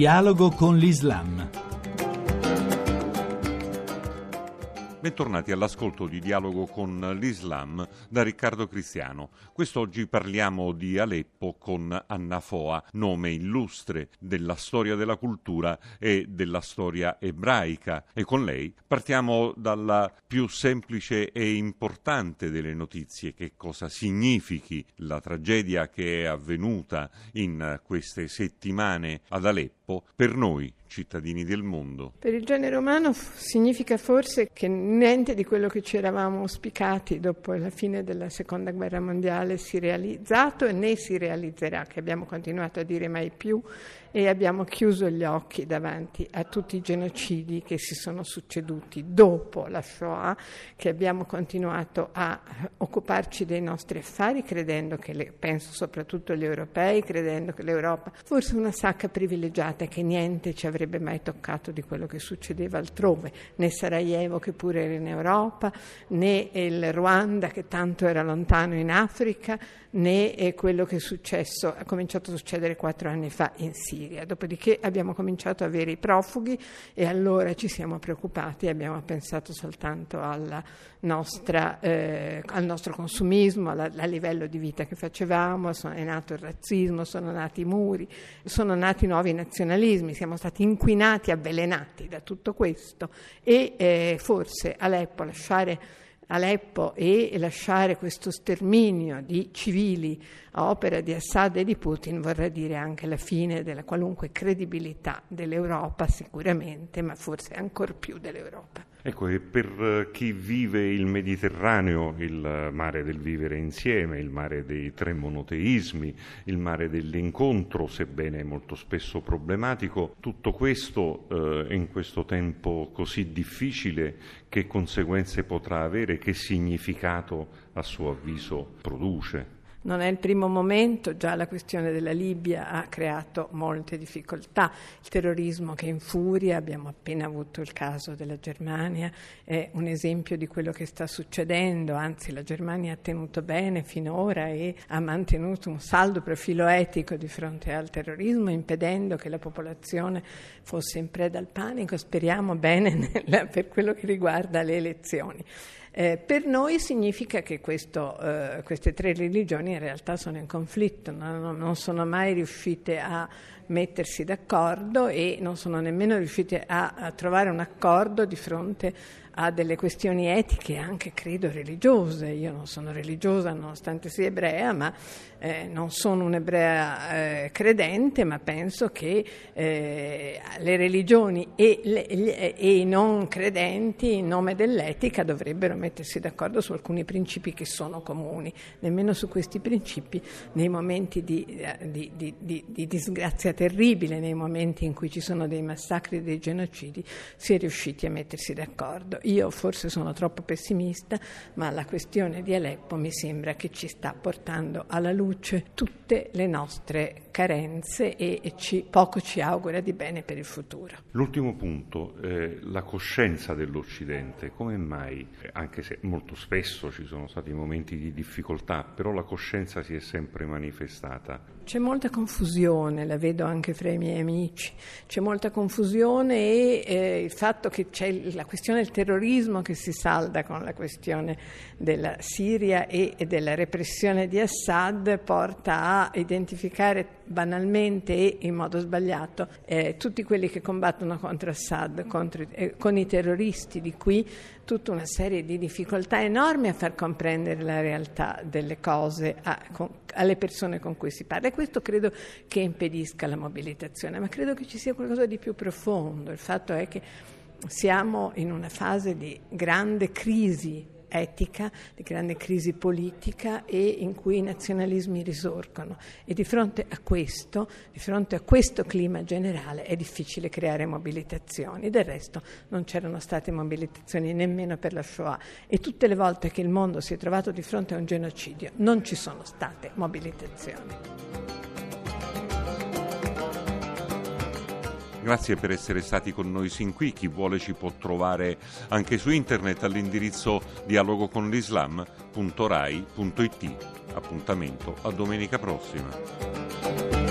Dialogo con l'Islam. Bentornati all'ascolto di Dialogo con l'Islam da Riccardo Cristiano. Quest'oggi parliamo di Aleppo con Anna Foa, nome illustre della storia della cultura e della storia ebraica. E con lei partiamo dalla più semplice e importante delle notizie: che cosa significhi la tragedia che è avvenuta in queste settimane ad Aleppo per noi, cittadini del mondo. Per il genere umano significa forse che niente di quello che ci eravamo auspicati dopo la fine della Seconda Guerra Mondiale si è realizzato e né si realizzerà, che abbiamo continuato a dire mai più e abbiamo chiuso gli occhi davanti a tutti i genocidi che si sono succeduti dopo la Shoah, che abbiamo continuato a occuparci dei nostri affari credendo che, penso soprattutto agli europei, credendo che l'Europa fosse una sacca privilegiata e che niente ci avrebbe mai toccato di quello che succedeva altrove, né Sarajevo che pure era in Europa, né il Ruanda che tanto era lontano in Africa, né quello che ha cominciato a succedere 4 anni fa in Siria. Dopodiché abbiamo cominciato a avere i profughi e allora ci siamo preoccupati e abbiamo pensato soltanto al nostro consumismo, al livello di vita che facevamo. È nato il razzismo, sono nati i muri, sono nati nuovi nazionalismi, siamo stati inquinati, avvelenati da tutto questo e forse lasciare Aleppo e lasciare questo sterminio di civili a opera di Assad e di Putin vorrà dire anche la fine della qualunque credibilità dell'Europa sicuramente, ma forse ancor più dell'Europa. Ecco, e per chi vive il Mediterraneo, il mare del vivere insieme, il mare dei 3 monoteismi, il mare dell'incontro, sebbene molto spesso problematico, tutto questo in questo tempo così difficile, che conseguenze potrà avere, che significato a suo avviso produce? Non è il primo momento, già la questione della Libia ha creato molte difficoltà, il terrorismo che infuria, abbiamo appena avuto il caso della Germania, è un esempio di quello che sta succedendo, anzi la Germania ha tenuto bene finora e ha mantenuto un saldo profilo etico di fronte al terrorismo, impedendo che la popolazione fosse in preda al panico, speriamo bene per quello che riguarda le elezioni. Per noi significa che queste 3 religioni in realtà sono in conflitto, non sono mai riuscite a mettersi d'accordo e non sono nemmeno riuscite a trovare un accordo di fronte a delle questioni etiche, anche credo religiose. Io non sono religiosa nonostante sia ebrea, ma non sono un'ebrea credente, ma penso che le religioni e i non credenti in nome dell'etica dovrebbero mettersi d'accordo su alcuni principi che sono comuni. Nemmeno su questi principi, nei momenti di disgrazia terribile, nei momenti in cui ci sono dei massacri e dei genocidi, si è riusciti a mettersi d'accordo. Io forse sono troppo pessimista, ma la questione di Aleppo mi sembra che ci sta portando alla luce tutte le nostre carenze e poco ci augura di bene per il futuro. L'ultimo punto, la coscienza dell'Occidente. Come mai, anche se molto spesso ci sono stati momenti di difficoltà, però la coscienza si è sempre manifestata? C'è molta confusione, la vedo anche fra i miei amici, c'è molta confusione e il fatto che c'è la questione del terrorismo che si salda con la questione della Siria e della repressione di Assad porta a identificare banalmente e in modo sbagliato tutti quelli che combattono contro Assad, con i terroristi di qui, tutta una serie di difficoltà enormi a far comprendere la realtà delle cose alle persone con cui si parla, e questo credo che impedisca la mobilitazione, ma credo che ci sia qualcosa di più profondo. Il fatto è che siamo in una fase di grande crisi etica, di grande crisi politica e in cui i nazionalismi risorgono, e di fronte a questo clima generale è difficile creare mobilitazioni. Del resto non c'erano state mobilitazioni nemmeno per la Shoah, e tutte le volte che il mondo si è trovato di fronte a un genocidio non ci sono state mobilitazioni. Grazie per essere stati con noi sin qui. Chi vuole ci può trovare anche su internet all'indirizzo dialogoconlislam.rai.it. Appuntamento a domenica prossima.